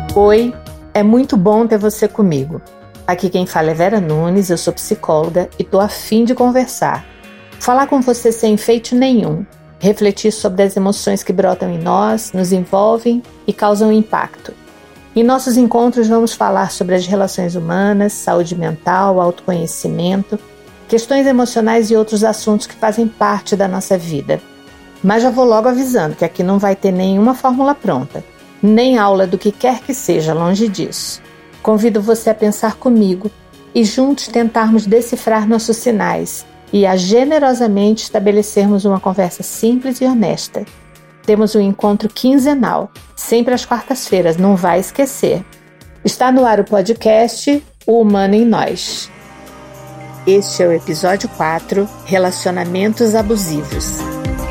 Oi, é muito bom ter você comigo. Aqui quem fala é Vera Nunes, eu sou psicóloga e tô a fim de conversar. Falar com você sem enfeite nenhum, refletir sobre as emoções que brotam em nós, nos envolvem e causam impacto. Em nossos encontros vamos falar sobre as relações humanas, saúde mental, autoconhecimento, questões emocionais e outros assuntos que fazem parte da nossa vida. Mas já vou logo avisando que aqui não vai ter nenhuma fórmula pronta, nem aula do que quer que seja, longe disso. Convido você a pensar comigo e juntos tentarmos decifrar nossos sinais e a generosamente estabelecermos uma conversa simples e honesta. Temos um encontro quinzenal, sempre às quartas-feiras, não vai esquecer. Está no ar o podcast O Humano em Nós. Este é o episódio 4, Relacionamentos Abusivos.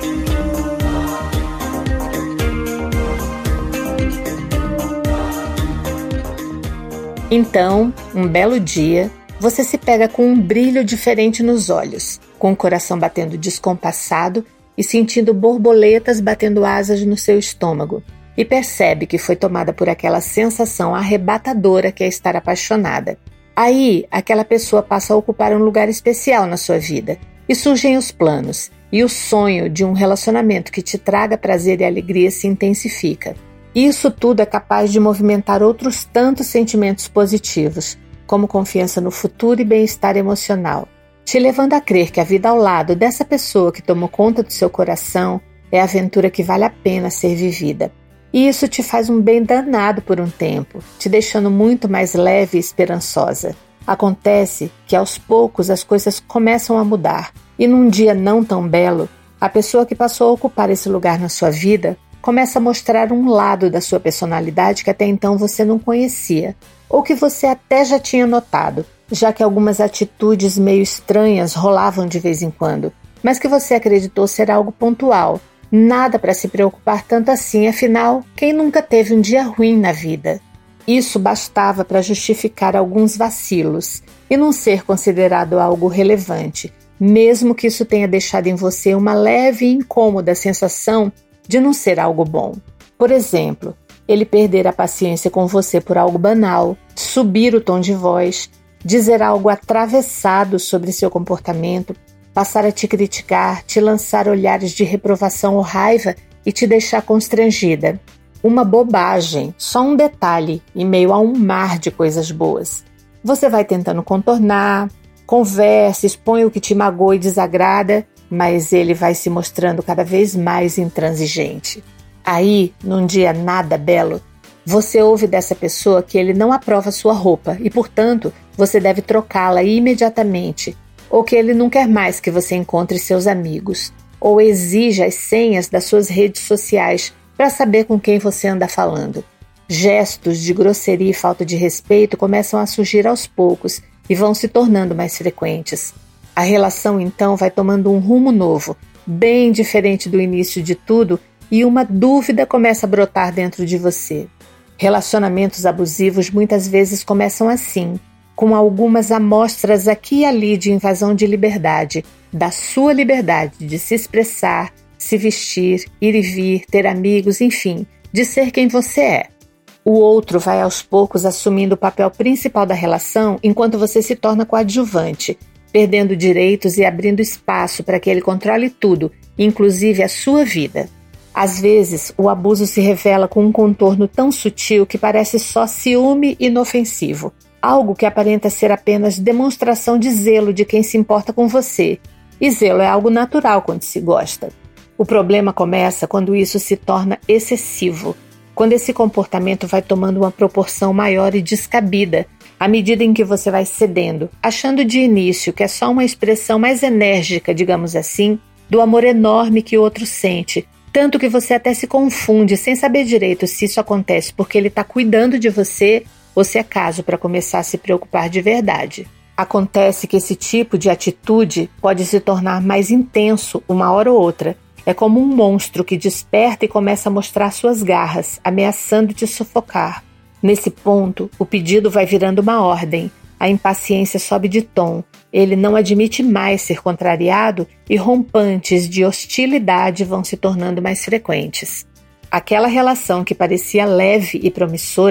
Então, um belo dia, você se pega com um brilho diferente nos olhos, com o coração batendo descompassado e sentindo borboletas batendo asas no seu estômago, e percebe que foi tomada por aquela sensação arrebatadora que é estar apaixonada. Aí, aquela pessoa passa a ocupar um lugar especial na sua vida, e surgem os planos, e o sonho de um relacionamento que te traga prazer e alegria se intensifica. Isso tudo é capaz de movimentar outros tantos sentimentos positivos, como confiança no futuro e bem-estar emocional, te levando a crer que a vida ao lado dessa pessoa que tomou conta do seu coração é a aventura que vale a pena ser vivida. E isso te faz um bem danado por um tempo, te deixando muito mais leve e esperançosa. Acontece que aos poucos as coisas começam a mudar, e num dia não tão belo, a pessoa que passou a ocupar esse lugar na sua vida começa a mostrar um lado da sua personalidade que até então você não conhecia, ou que você até já tinha notado, já que algumas atitudes meio estranhas rolavam de vez em quando, mas que você acreditou ser algo pontual, nada para se preocupar tanto assim, afinal, quem nunca teve um dia ruim na vida? Isso bastava para justificar alguns vacilos e não ser considerado algo relevante, mesmo que isso tenha deixado em você uma leve e incômoda sensação de não ser algo bom. Por exemplo, ele perder a paciência com você por algo banal, subir o tom de voz, dizer algo atravessado sobre seu comportamento, passar a te criticar, te lançar olhares de reprovação ou raiva e te deixar constrangida. Uma bobagem, só um detalhe, em meio a um mar de coisas boas. Você vai tentando contornar, conversa, expõe o que te magoa e desagrada, mas ele vai se mostrando cada vez mais intransigente. Aí, num dia nada belo, você ouve dessa pessoa que ele não aprova sua roupa e, portanto, você deve trocá-la imediatamente, ou que ele não quer mais que você encontre seus amigos, ou exija as senhas das suas redes sociais para saber com quem você anda falando. Gestos de grosseria e falta de respeito começam a surgir aos poucos e vão se tornando mais frequentes. A relação, então, vai tomando um rumo novo, bem diferente do início de tudo, e uma dúvida começa a brotar dentro de você. Relacionamentos abusivos muitas vezes começam assim, com algumas amostras aqui e ali de invasão de liberdade, da sua liberdade de se expressar, se vestir, ir e vir, ter amigos, enfim, de ser quem você é. O outro vai aos poucos assumindo o papel principal da relação enquanto você se torna coadjuvante, perdendo direitos e abrindo espaço para que ele controle tudo, inclusive a sua vida. Às vezes, o abuso se revela com um contorno tão sutil que parece só ciúme inofensivo, algo que aparenta ser apenas demonstração de zelo de quem se importa com você. E zelo é algo natural quando se gosta. O problema começa quando isso se torna excessivo, quando esse comportamento vai tomando uma proporção maior e descabida, à medida em que você vai cedendo, achando de início que é só uma expressão mais enérgica, digamos assim, do amor enorme que o outro sente, tanto que você até se confunde sem saber direito se isso acontece porque ele está cuidando de você ou se é caso para começar a se preocupar de verdade. Acontece que esse tipo de atitude pode se tornar mais intenso uma hora ou outra. É como um monstro que desperta e começa a mostrar suas garras, ameaçando te sufocar. Nesse ponto, o pedido vai virando uma ordem, a impaciência sobe de tom, ele não admite mais ser contrariado e rompantes de hostilidade vão se tornando mais frequentes. Aquela relação que parecia leve e promissora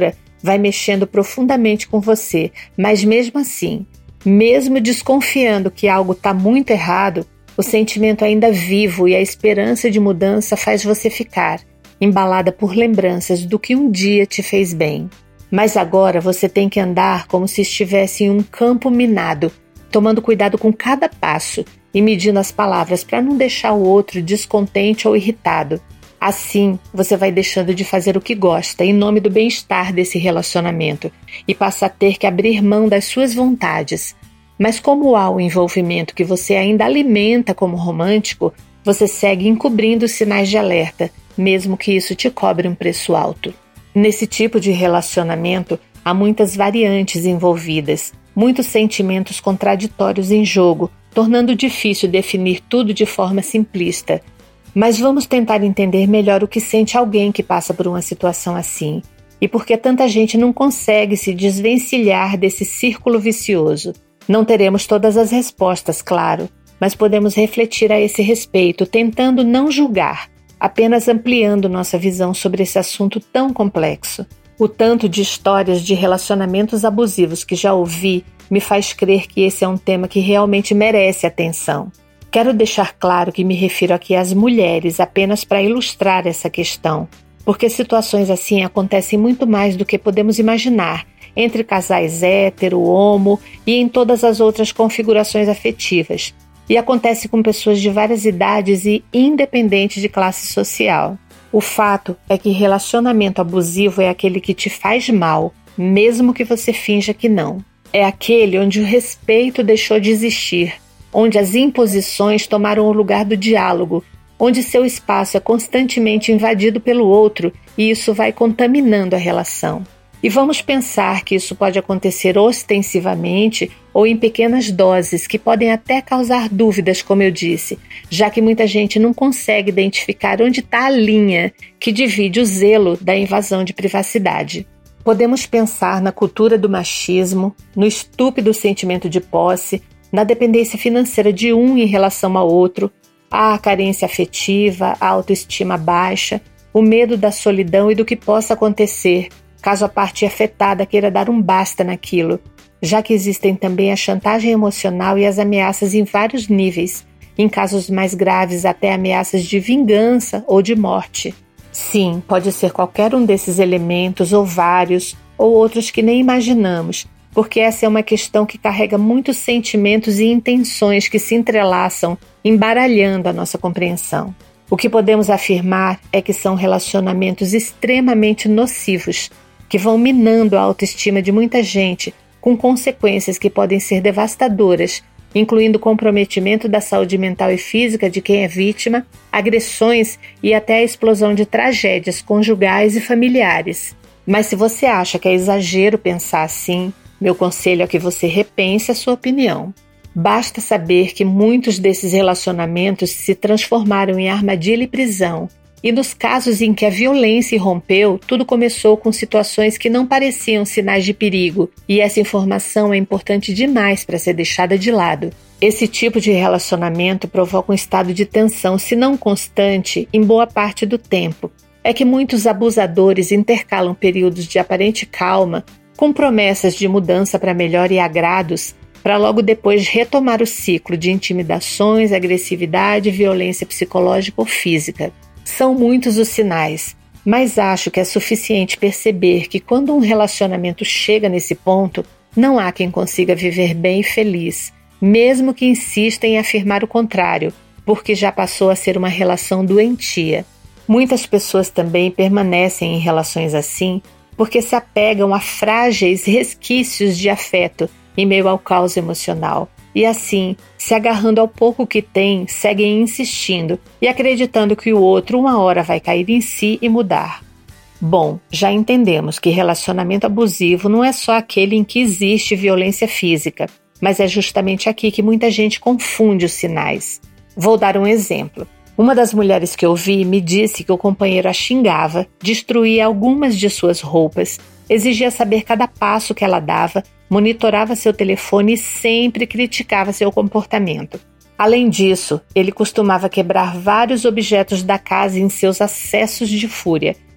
vai mexendo profundamente com você, mas mesmo assim, mesmo desconfiando que algo está muito errado, o sentimento ainda vivo e a esperança de mudança faz você ficar embalada por lembranças do que um dia te fez bem. Mas agora você tem que andar como se estivesse em um campo minado, tomando cuidado com cada passo e medindo as palavras para não deixar o outro descontente ou irritado. Assim, você vai deixando de fazer o que gosta em nome do bem-estar desse relacionamento e passa a ter que abrir mão das suas vontades. Mas como há o envolvimento que você ainda alimenta como romântico, você segue encobrindo os sinais de alerta, mesmo que isso te cobre um preço alto. Nesse tipo de relacionamento, há muitas variantes envolvidas, muitos sentimentos contraditórios em jogo, tornando difícil definir tudo de forma simplista. Mas vamos tentar entender melhor o que sente alguém que passa por uma situação assim, e por que tanta gente não consegue se desvencilhar desse círculo vicioso. Não teremos todas as respostas, claro, mas podemos refletir a esse respeito, tentando não julgar, apenas ampliando nossa visão sobre esse assunto tão complexo. O tanto de histórias de relacionamentos abusivos que já ouvi me faz crer que esse é um tema que realmente merece atenção. Quero deixar claro que me refiro aqui às mulheres apenas para ilustrar essa questão, porque situações assim acontecem muito mais do que podemos imaginar entre casais hétero, homo e em todas as outras configurações afetivas, e acontece com pessoas de várias idades e independente de classe social. O fato é que relacionamento abusivo é aquele que te faz mal, mesmo que você finja que não. É aquele onde o respeito deixou de existir, onde as imposições tomaram o lugar do diálogo, onde seu espaço é constantemente invadido pelo outro e isso vai contaminando a relação. E vamos pensar que isso pode acontecer ostensivamente ou em pequenas doses que podem até causar dúvidas, como eu disse, já que muita gente não consegue identificar onde está a linha que divide o zelo da invasão de privacidade. Podemos pensar na cultura do machismo, no estúpido sentimento de posse, na dependência financeira de um em relação ao outro, a carência afetiva, a autoestima baixa, o medo da solidão e do que possa acontecer caso a parte afetada queira dar um basta naquilo, já que existem também a chantagem emocional e as ameaças em vários níveis, em casos mais graves até ameaças de vingança ou de morte. Sim, pode ser qualquer um desses elementos ou vários, ou outros que nem imaginamos, porque essa é uma questão que carrega muitos sentimentos e intenções que se entrelaçam, embaralhando a nossa compreensão. O que podemos afirmar é que são relacionamentos extremamente nocivos, que vão minando a autoestima de muita gente, com consequências que podem ser devastadoras, incluindo comprometimento da saúde mental e física de quem é vítima, agressões e até a explosão de tragédias conjugais e familiares. Mas se você acha que é exagero pensar assim, meu conselho é que você repense a sua opinião. Basta saber que muitos desses relacionamentos se transformaram em armadilha e prisão, e nos casos em que a violência irrompeu, tudo começou com situações que não pareciam sinais de perigo, e essa informação é importante demais para ser deixada de lado. Esse tipo de relacionamento provoca um estado de tensão, se não constante, em boa parte do tempo. É que muitos abusadores intercalam períodos de aparente calma com promessas de mudança para melhor e agrados, para logo depois retomar o ciclo de intimidações, agressividade e violência psicológica ou física. São muitos os sinais, mas acho que é suficiente perceber que quando um relacionamento chega nesse ponto, não há quem consiga viver bem e feliz, mesmo que insista em afirmar o contrário, porque já passou a ser uma relação doentia. Muitas pessoas também permanecem em relações assim porque se apegam a frágeis resquícios de afeto em meio ao caos emocional. E assim, se agarrando ao pouco que têm, seguem insistindo e acreditando que o outro uma hora vai cair em si e mudar. Bom, já entendemos que relacionamento abusivo não é só aquele em que existe violência física, mas é justamente aqui que muita gente confunde os sinais. Vou dar um exemplo. Uma das mulheres que eu vi me disse que o companheiro a xingava, destruía algumas de suas roupas, exigia saber cada passo que ela dava, monitorava seu telefone e sempre criticava seu comportamento. Além disso, ele costumava quebrar vários objetos da casa em seus acessos de fúria,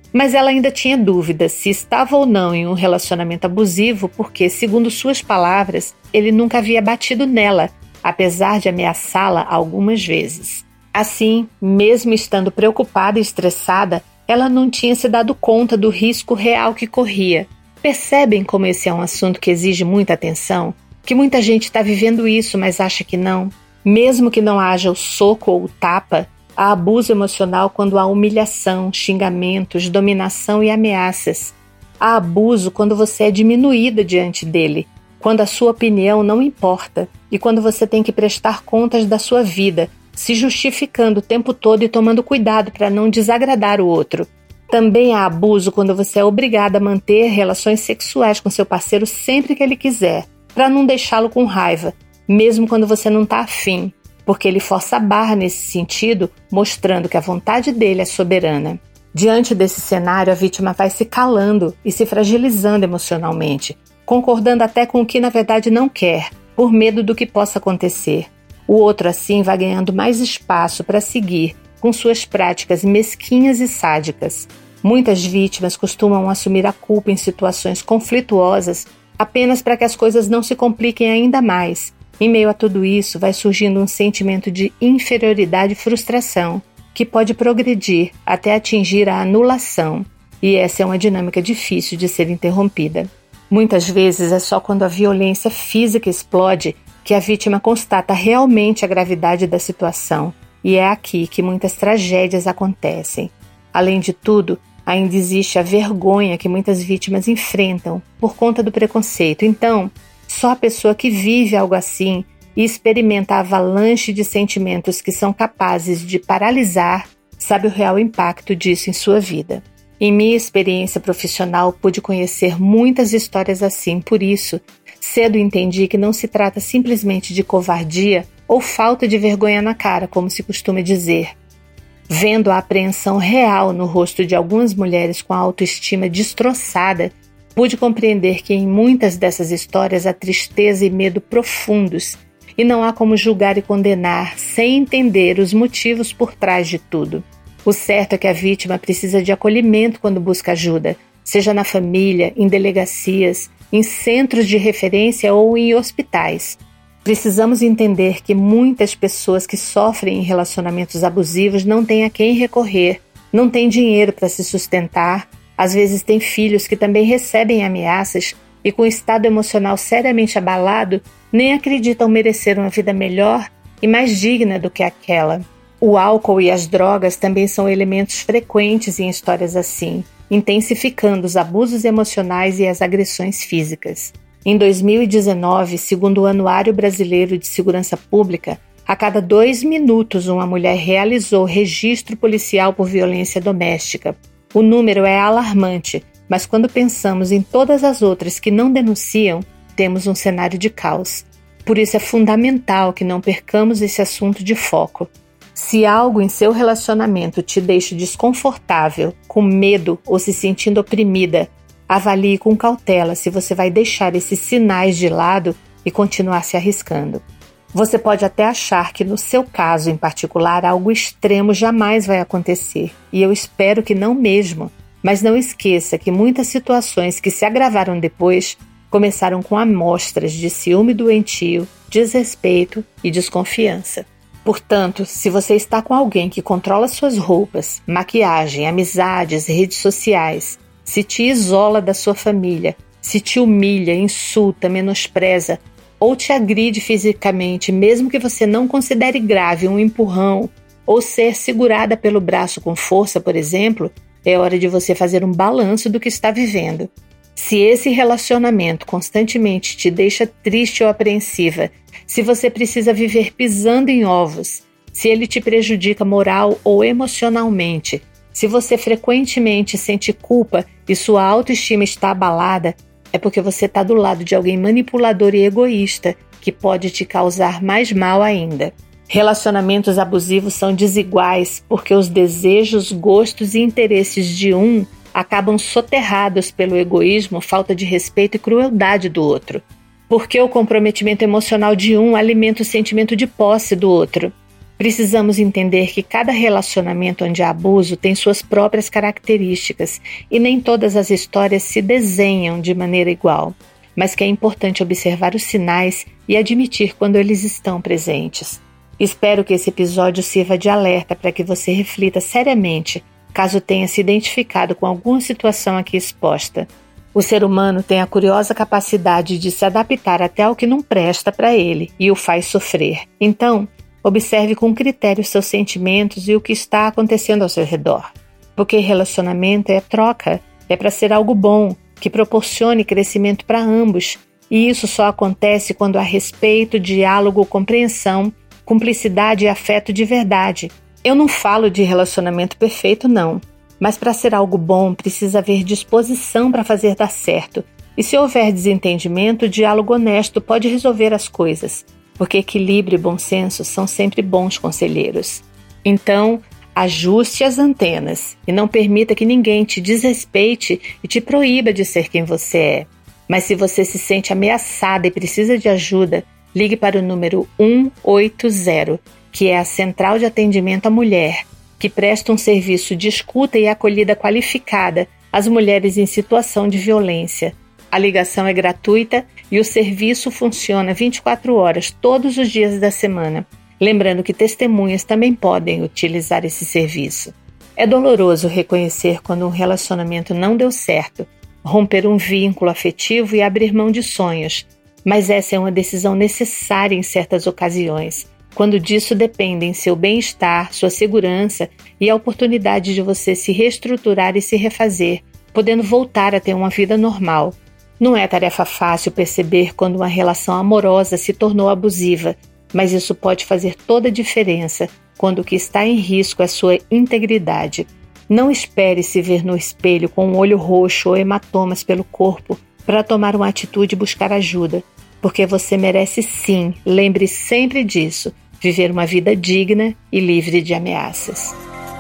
Mas ela ainda tinha dúvidas se estava ou não em um relacionamento abusivo porque, segundo suas palavras, ele nunca havia batido nela, apesar de ameaçá-la algumas vezes. Assim, mesmo estando preocupada e estressada, ela não tinha se dado conta do risco real que corria. Percebem como esse é um assunto que exige muita atenção? Que muita gente está vivendo isso, mas acha que não? Mesmo que não haja o soco ou o tapa, há abuso emocional quando há humilhação, xingamentos, dominação e ameaças. Há abuso quando você é diminuída diante dele, quando a sua opinião não importa e quando você tem que prestar contas da sua vida, se justificando o tempo todo e tomando cuidado para não desagradar o outro. Também há abuso quando você é obrigada a manter relações sexuais com seu parceiro sempre que ele quiser, para não deixá-lo com raiva, mesmo quando você não está afim, porque ele força a barra nesse sentido, mostrando que a vontade dele é soberana. Diante desse cenário, a vítima vai se calando e se fragilizando emocionalmente, concordando até com o que na verdade não quer, por medo do que possa acontecer. O outro, assim, vai ganhando mais espaço para seguir com suas práticas mesquinhas e sádicas. Muitas vítimas costumam assumir a culpa em situações conflituosas apenas para que as coisas não se compliquem ainda mais. Em meio a tudo isso, vai surgindo um sentimento de inferioridade e frustração, que pode progredir até atingir a anulação. E essa é uma dinâmica difícil de ser interrompida. Muitas vezes é só quando a violência física explode que a vítima constata realmente a gravidade da situação, e é aqui que muitas tragédias acontecem. Além de tudo, ainda existe a vergonha que muitas vítimas enfrentam por conta do preconceito. Então, só a pessoa que vive algo assim e experimenta a avalanche de sentimentos que são capazes de paralisar sabe o real impacto disso em sua vida. Em minha experiência profissional, pude conhecer muitas histórias assim, por isso, cedo entendi que não se trata simplesmente de covardia ou falta de vergonha na cara, como se costuma dizer. Vendo a apreensão real no rosto de algumas mulheres com a autoestima destroçada, pude compreender que em muitas dessas histórias há tristeza e medo profundos, e não há como julgar e condenar sem entender os motivos por trás de tudo. O certo é que a vítima precisa de acolhimento quando busca ajuda, seja na família, em delegacias, em centros de referência ou em hospitais. Precisamos entender que muitas pessoas que sofrem em relacionamentos abusivos não têm a quem recorrer, não têm dinheiro para se sustentar, às vezes têm filhos que também recebem ameaças e com o estado emocional seriamente abalado, nem acreditam merecer uma vida melhor e mais digna do que aquela. O álcool e as drogas também são elementos frequentes em histórias assim, intensificando os abusos emocionais e as agressões físicas. Em 2019, segundo o Anuário Brasileiro de Segurança Pública, a cada 2 minutos uma mulher realizou registro policial por violência doméstica. O número é alarmante, mas quando pensamos em todas as outras que não denunciam, temos um cenário de caos. Por isso é fundamental que não percamos esse assunto de foco. Se algo em seu relacionamento te deixa desconfortável, com medo ou se sentindo oprimida, avalie com cautela se você vai deixar esses sinais de lado e continuar se arriscando. Você pode até achar que no seu caso em particular algo extremo jamais vai acontecer, e eu espero que não mesmo, mas não esqueça que muitas situações que se agravaram depois começaram com amostras de ciúme doentio, desrespeito e desconfiança. Portanto, se você está com alguém que controla suas roupas, maquiagem, amizades, redes sociais, se te isola da sua família, se te humilha, insulta, menospreza ou te agride fisicamente, mesmo que você não considere grave um empurrão ou ser segurada pelo braço com força, por exemplo, é hora de você fazer um balanço do que está vivendo. Se esse relacionamento constantemente te deixa triste ou apreensiva, se você precisa viver pisando em ovos, se ele te prejudica moral ou emocionalmente, se você frequentemente sente culpa e sua autoestima está abalada, é porque você está do lado de alguém manipulador e egoísta que pode te causar mais mal ainda. Relacionamentos abusivos são desiguais porque os desejos, gostos e interesses de um acabam soterrados pelo egoísmo, falta de respeito e crueldade do outro. Porque o comprometimento emocional de um alimenta o sentimento de posse do outro. Precisamos entender que cada relacionamento onde há abuso tem suas próprias características e nem todas as histórias se desenham de maneira igual, mas que é importante observar os sinais e admitir quando eles estão presentes. Espero que esse episódio sirva de alerta para que você reflita seriamente caso tenha se identificado com alguma situação aqui exposta. O ser humano tem a curiosa capacidade de se adaptar até ao que não presta para ele e o faz sofrer. Então, observe com critério seus sentimentos e o que está acontecendo ao seu redor. Porque relacionamento é troca, é para ser algo bom, que proporcione crescimento para ambos. E isso só acontece quando há respeito, diálogo, compreensão, cumplicidade e afeto de verdade. Eu não falo de relacionamento perfeito, não. Mas para ser algo bom, precisa haver disposição para fazer dar certo. E se houver desentendimento, o diálogo honesto pode resolver as coisas. Porque equilíbrio e bom senso são sempre bons conselheiros. Então, ajuste as antenas e não permita que ninguém te desrespeite e te proíba de ser quem você é. Mas se você se sente ameaçada e precisa de ajuda, ligue para o número 180, que é a Central de Atendimento à Mulher, que presta um serviço de escuta e acolhida qualificada às mulheres em situação de violência. A ligação é gratuita e o serviço funciona 24 horas, todos os dias da semana. Lembrando que testemunhas também podem utilizar esse serviço. É doloroso reconhecer quando um relacionamento não deu certo, romper um vínculo afetivo e abrir mão de sonhos. Mas essa é uma decisão necessária em certas ocasiões, quando disso dependem seu bem-estar, sua segurança e a oportunidade de você se reestruturar e se refazer, podendo voltar a ter uma vida normal. Não é tarefa fácil perceber quando uma relação amorosa se tornou abusiva, mas isso pode fazer toda a diferença quando o que está em risco é sua integridade. Não espere se ver no espelho com um olho roxo ou hematomas pelo corpo para tomar uma atitude e buscar ajuda, porque você merece sim, lembre sempre disso, viver uma vida digna e livre de ameaças.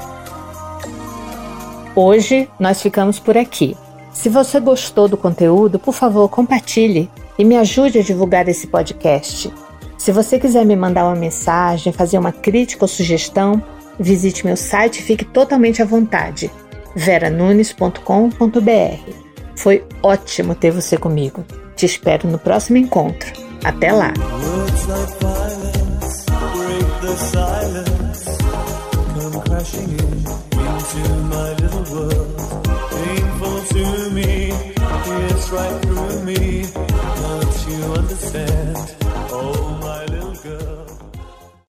Hoje nós ficamos por aqui. Se você gostou do conteúdo, por favor, compartilhe e me ajude a divulgar esse podcast. Se você quiser me mandar uma mensagem, fazer uma crítica ou sugestão, visite meu site e fique totalmente à vontade, veranunes.com.br. Foi ótimo ter você comigo. Te espero no próximo encontro. Até lá!